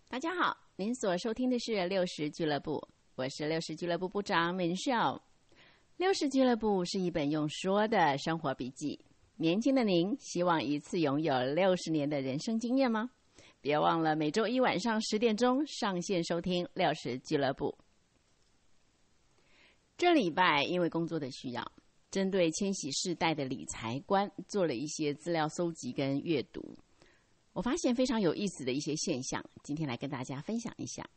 大家好，您所收听的是六十俱乐部，我是六十俱乐部部长敏秀。六十俱乐部是一本用说的生活笔记。年轻的您，希望一次拥有60年的人生经验吗？别忘了每周一晚上10点钟上线收听六十俱乐部。这礼拜因为工作的需要，针对千禧世代的理财观做了一些资料搜集跟阅读。我发现非常有意思的一些现象，今天来跟大家分享一下。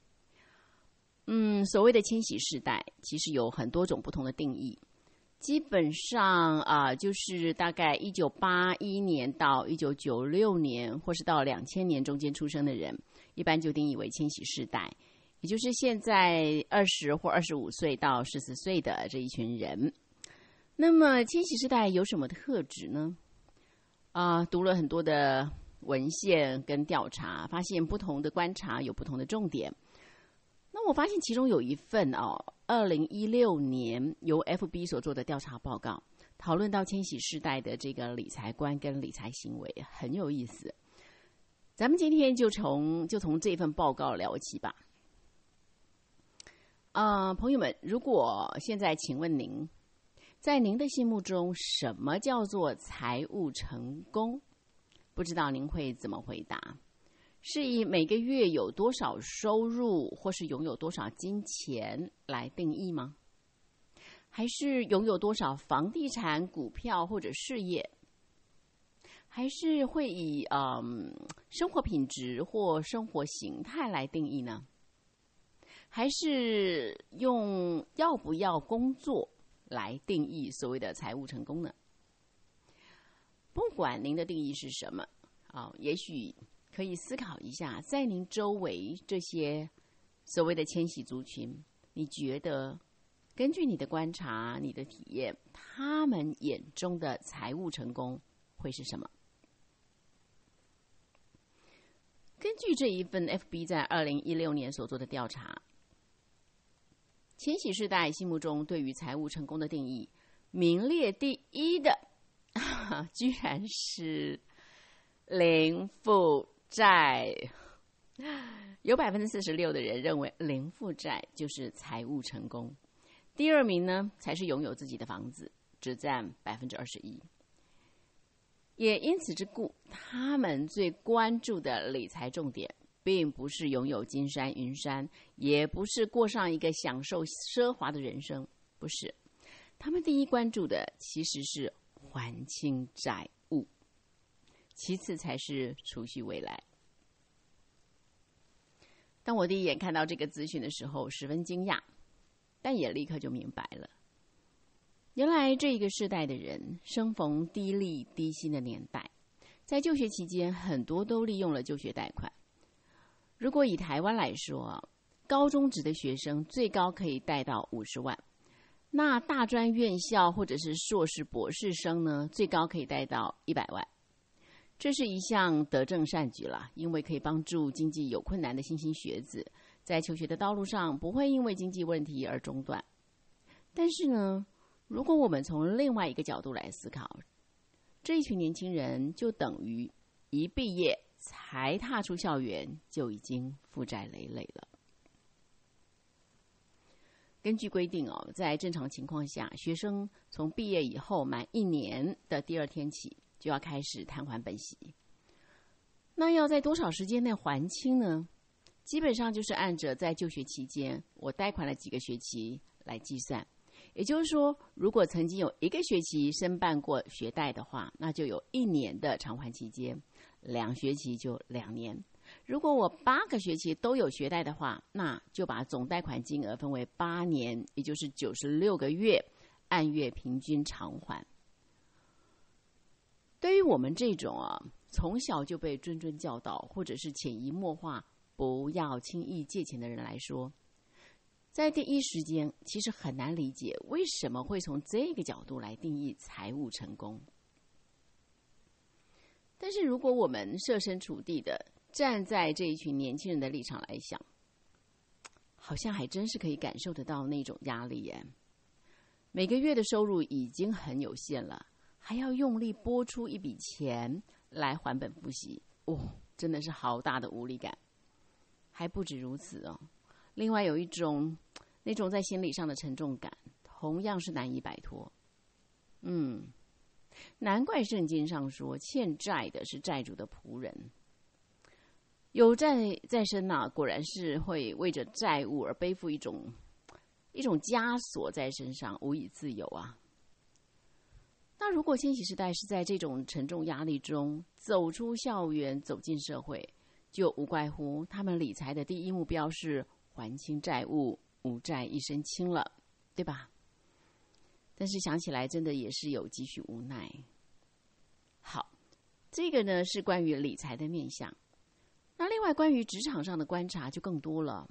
所谓的千禧世代，其实有很多种不同的定义。基本上就是大概1981年到1996年，或是到2000年中间出生的人，一般就定义为千禧世代，也就是现在20或25岁到14岁的这一群人。那么千禧世代有什么特质呢？读了很多的文献跟调查，发现不同的观察有不同的重点。那我发现其中有一份2016年由 FB 所做的调查报告，讨论到千禧世代的这个理财观跟理财行为，很有意思。咱们今天就从这份报告聊起吧。朋友们，如果现在请问您，在您的心目中什么叫做财务成功？不知道您会怎么回答？是以每个月有多少收入，或是拥有多少金钱来定义吗？还是拥有多少房地产、股票或者事业？还是会以生活品质或生活形态来定义呢？还是用要不要工作来定义所谓的财务成功呢？不管您的定义是什么，也许可以思考一下，在您周围这些所谓的千禧族群，你觉得根据你的观察、你的体验，他们眼中的财务成功会是什么？根据这一份 FB 在2016年所做的调查，千禧世代心目中对于财务成功的定义，名列第一的居然是零负债。有46%的人认为零负债就是财务成功。第二名呢，才是拥有自己的房子，只占21%。也因此之故，他们最关注的理财重点，并不是拥有金山银山，也不是过上一个享受奢华的人生，不是。他们第一关注的其实是还清债务，其次才是储蓄未来。当我第一眼看到这个资讯的时候，十分惊讶，但也立刻就明白了。原来这一个世代的人生逢低利低薪的年代，在就学期间很多都利用了就学贷款。如果以台湾来说，高中职的学生最高可以贷到50万，那大专院校或者是硕士博士生呢，最高可以贷到100万。这是一项德政善举啦，因为可以帮助经济有困难的新兴学子在求学的道路上不会因为经济问题而中断。但是呢，如果我们从另外一个角度来思考，这一群年轻人就等于一毕业才踏出校园就已经负债累累了。根据规定在正常情况下，学生从毕业以后满1年的第2天起，就要开始摊还本息。那要在多少时间内还清呢？基本上就是按着在就学期间我贷款了几个学期来计算。也就是说，如果曾经有1个学期申办过学贷的话，那就有1年的偿还期间，2学期就2年。如果我8个学期都有学贷的话，那就把总贷款金额分为8年，也就是96个月，按月平均偿还。对于我们这种从小就被谆谆教导，或者是潜移默化不要轻易借钱的人来说，在第一时间其实很难理解为什么会从这个角度来定义财务成功。但是如果我们设身处地的站在这一群年轻人的立场来想，好像还真是可以感受得到那种压力耶。每个月的收入已经很有限了，还要用力拨出一笔钱来还本付息，真的是好大的无力感。 还不止如此哦，另外有一种那种在心理上的沉重感，同样是难以摆脱。难怪圣经上说，欠债的是债主的仆人。有债在身啊，果然是会为着债务而背负一种枷锁在身上，无以自由啊。那如果千禧世代是在这种沉重压力中走出校园，走进社会，就无怪乎他们理财的第一目标是还清债务，无债一身轻了，对吧？但是想起来真的也是有几许无奈。好，这个呢是关于理财的面向。那另外关于职场上的观察就更多了。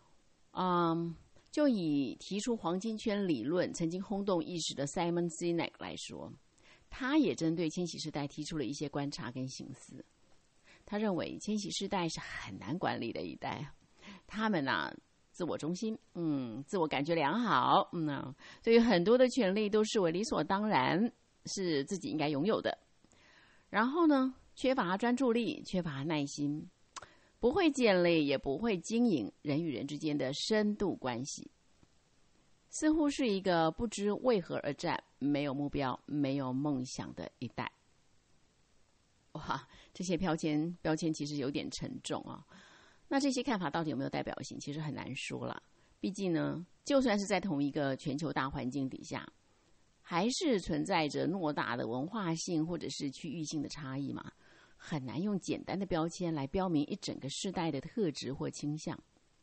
就以提出黄金圈理论曾经轰动一时的 Simon Sinek 来说，他也针对千禧世代提出了一些观察跟省思。他认为千禧世代是很难管理的一代，他们自我中心，自我感觉良好，对于很多的权利都视为理所当然，是自己应该拥有的。然后呢，缺乏专注力，缺乏耐心，不会建立，也不会经营人与人之间的深度关系，似乎是一个不知为何而战、没有目标、没有梦想的一代。哇，这些标签其实有点沉重啊。那这些看法到底有没有代表性，其实很难说了。毕竟呢，就算是在同一个全球大环境底下，还是存在着偌大的文化性或者是区域性的差异嘛，很难用简单的标签来标明一整个世代的特质或倾向。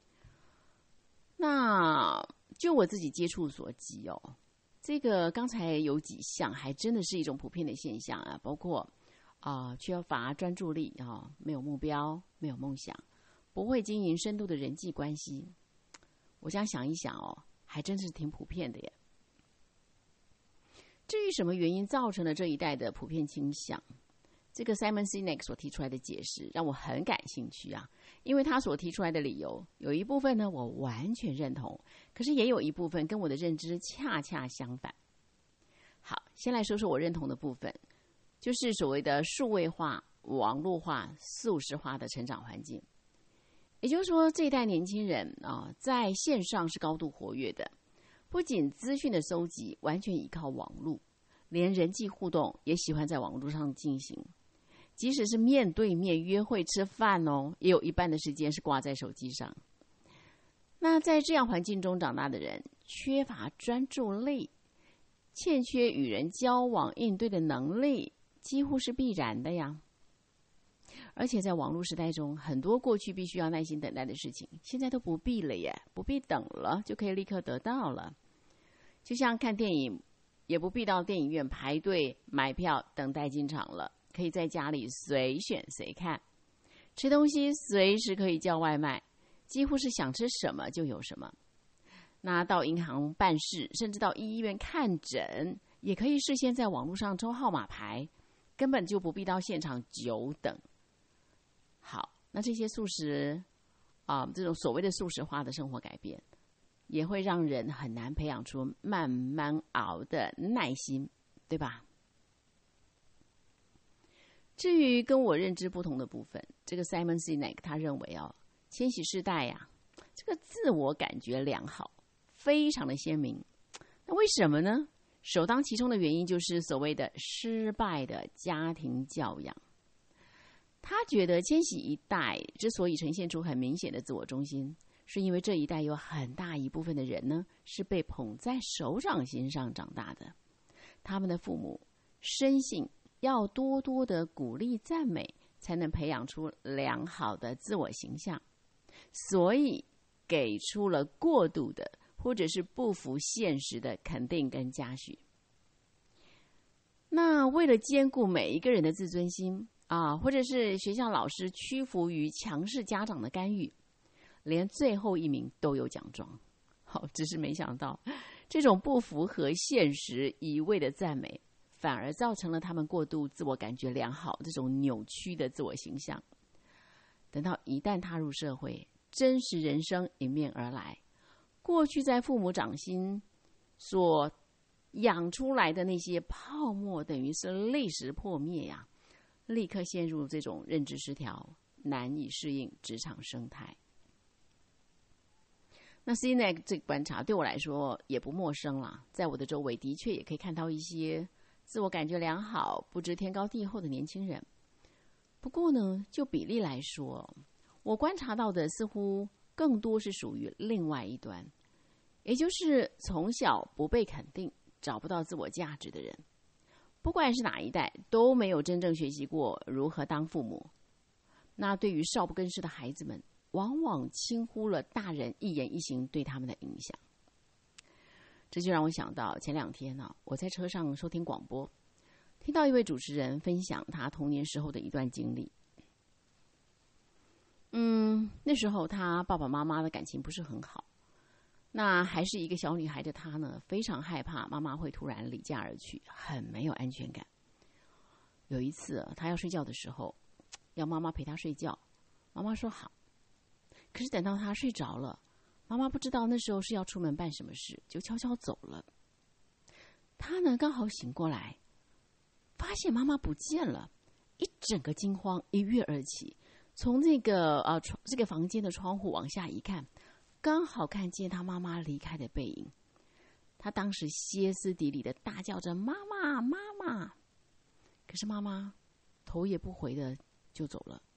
那就我自己接触所及哦，这个刚才有几项还真的是一种普遍的现象啊，包括缺乏专注力没有目标，没有梦想，不会经营深度的人际关系。我想一想还真是挺普遍的耶。至于什么原因造成了这一代的普遍倾向，这个 Simon Sinek 所提出来的解释让我很感兴趣啊，因为他所提出来的理由有一部分呢我完全认同，可是也有一部分跟我的认知恰恰相反。好，先来说说我认同的部分，就是所谓的数位化、网络化、速食化的成长环境。也就是说，这一代年轻人在线上是高度活跃的，不仅资讯的搜集完全依靠网络，连人际互动也喜欢在网络上进行。即使是面对面约会吃饭也有一半的时间是挂在手机上。那在这样环境中长大的人，缺乏专注力，欠缺与人交往应对的能力，几乎是必然的呀。而且在网络时代中，很多过去必须要耐心等待的事情，现在都不必了耶，不必等了，就可以立刻得到了。就像看电影，也不必到电影院排队买票等待进场了，可以在家里随选随看。吃东西随时可以叫外卖，几乎是想吃什么就有什么。那到银行办事，甚至到医院看诊，也可以事先在网络上抽号码牌，根本就不必到现场久等。好，那这些速食这种所谓的速食化的生活改变，也会让人很难培养出慢慢熬的耐心，对吧？至于跟我认知不同的部分，这个 Simon Sinek 他认为千禧世代这个自我感觉良好，非常的鲜明。那为什么呢？首当其冲的原因就是所谓的失败的家庭教养。他觉得千禧一代之所以呈现出很明显的自我中心，是因为这一代有很大一部分的人呢，是被捧在手掌心上长大的。他们的父母深信要多多的鼓励赞美，才能培养出良好的自我形象，所以给出了过度的或者是不符现实的肯定跟嘉许。那为了兼顾每一个人的自尊心或者是学校老师屈服于强势家长的干预，连最后一名都有奖状。只是没想到这种不符合现实一味的赞美，反而造成了他们过度自我感觉良好这种扭曲的自我形象。等到一旦踏入社会，真实人生迎面而来，过去在父母掌心所养出来的那些泡沫，等于是立时破灭呀，立刻陷入这种认知失调，难以适应职场生态。 那 CNET 这个观察对我来说也不陌生啦，在我的周围的确也可以看到一些自我感觉良好、不知天高地厚的年轻人。不过呢，就比例来说，我观察到的似乎更多是属于另外一端，也就是从小不被肯定、找不到自我价值的人。不管是哪一代，都没有真正学习过如何当父母。那对于少不更事的孩子们，往往轻忽了大人一言一行对他们的影响。这就让我想到前2天呢，我在车上收听广播，听到一位主持人分享他童年时候的一段经历。那时候他爸爸妈妈的感情不是很好，那还是一个小女孩的她呢，非常害怕妈妈会突然离家而去，很没有安全感。有一次她要睡觉的时候，要妈妈陪她睡觉，妈妈说好。可是等到她睡着了，妈妈不知道那时候是要出门办什么事，就悄悄走了。她呢刚好醒过来，发现妈妈不见了，一整个惊慌，一跃而起，从这个房间的窗户往下一看，刚好看见他妈妈离开的背影。他当时歇斯底里的大叫着妈妈妈妈，可是妈妈头也不回的就走了。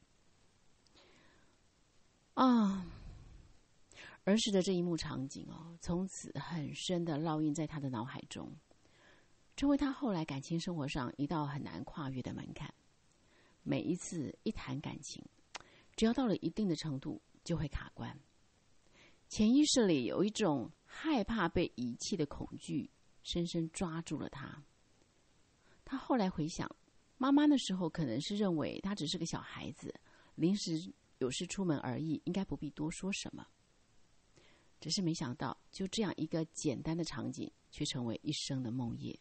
儿时的这一幕场景从此很深的烙印在他的脑海中，成为他后来感情生活上一道很难跨越的门槛。每一次一谈感情，只要到了一定的程度就会卡关。潜意识里有一种害怕被遗弃的恐惧深深抓住了他。他后来回想，妈妈那时候可能是认为他只是个小孩子，临时有事出门而已，应该不必多说什么。只是没想到，就这样一个简单的场景，却成为一生的梦魇。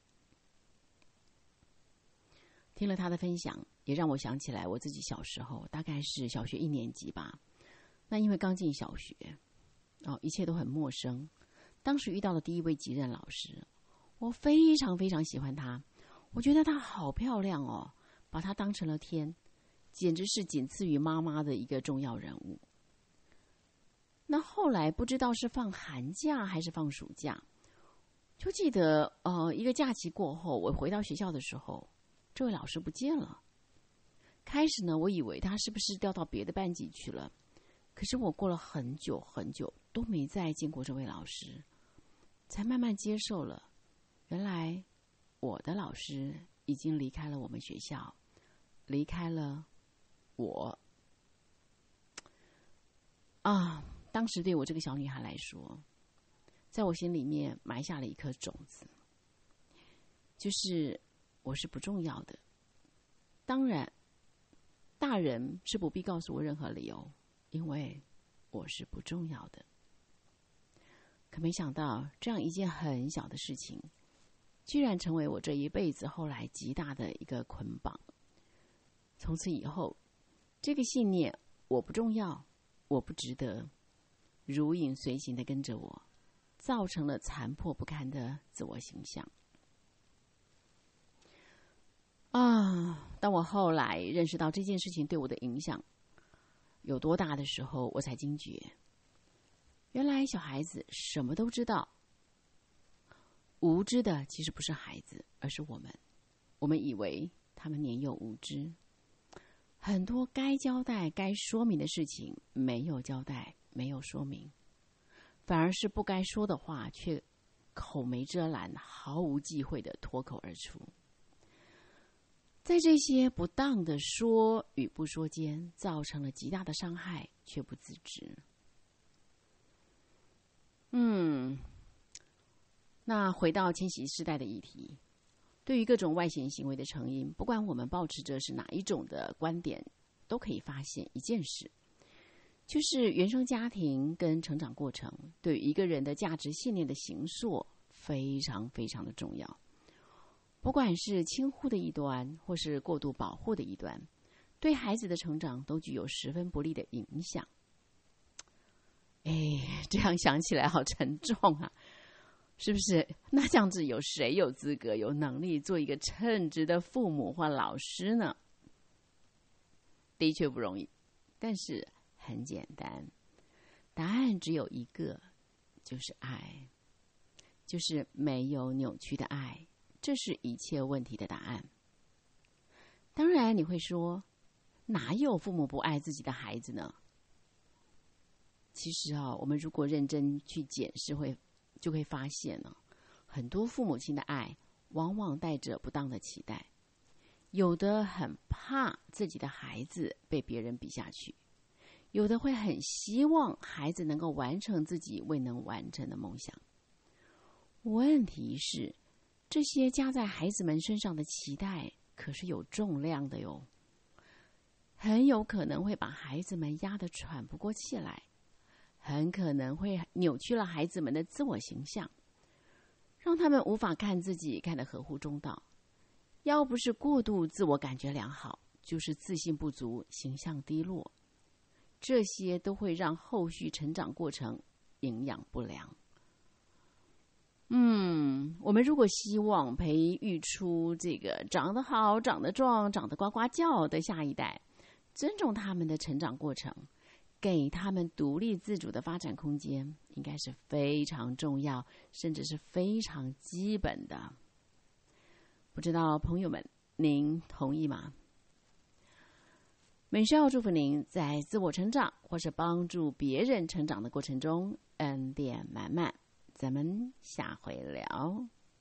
听了他的分享，也让我想起来我自己小时候，大概是小学1年级吧。那因为刚进小学，一切都很陌生。当时遇到了第一位级任老师，我非常非常喜欢她，我觉得她好漂亮哦，把她当成了天，简直是仅次于妈妈的一个重要人物。那后来不知道是放寒假还是放暑假，就记得一个假期过后，我回到学校的时候，这位老师不见了。开始呢，我以为他是不是调到别的班级去了，可是我过了很久很久都没再见过这位老师，才慢慢接受了，原来我的老师已经离开了我们学校，离开了我。当时对我这个小女孩来说，在我心里面埋下了一颗种子，就是我是不重要的。当然，大人是不必告诉我任何理由，因为我是不重要的。可没想到，这样一件很小的事情，居然成为我这一辈子后来极大的一个捆绑。从此以后，这个信念“我不重要，我不值得”，如影随形的跟着我，造成了残破不堪的自我形象。当我后来认识到这件事情对我的影响有多大的时候，我才惊觉，原来小孩子什么都知道，无知的其实不是孩子，而是我们。我们以为他们年幼无知，很多该交代、该说明的事情没有交代、没有说明，反而是不该说的话却口没遮拦、毫无忌讳地脱口而出。在这些不当的说与不说间，造成了极大的伤害，却不自知。那回到千禧世代的议题，对于各种外显行为的成因，不管我们抱持着是哪一种的观点，都可以发现一件事，就是原生家庭跟成长过程对于一个人的价值信念的形塑非常非常的重要。不管是轻忽的一端，或是过度保护的一端，对孩子的成长都具有十分不利的影响。这样想起来好沉重啊，是不是？那这样子有谁有资格、有能力做一个称职的父母或老师呢？的确不容易，但是很简单。 答案只有一个，就是爱，就是没有扭曲的爱，这是一切问题的答案。当然你会说，哪有父母不爱自己的孩子呢？其实我们如果认真去检视就会发现很多父母亲的爱往往带着不当的期待，有的很怕自己的孩子被别人比下去，有的会很希望孩子能够完成自己未能完成的梦想。问题是，这些加在孩子们身上的期待可是有重量的哟，很有可能会把孩子们压得喘不过气来，很可能会扭曲了孩子们的自我形象，让他们无法看自己看得合乎中道。要不是过度自我感觉良好，就是自信不足，形象低落，这些都会让后续成长过程营养不良。我们如果希望培育出这个长得好、长得壮、长得呱呱叫的下一代，尊重他们的成长过程，给他们独立自主的发展空间，应该是非常重要，甚至是非常基本的。不知道朋友们，您同意吗？美少祝福您在自我成长或是帮助别人成长的过程中，恩典满满。咱们下回聊。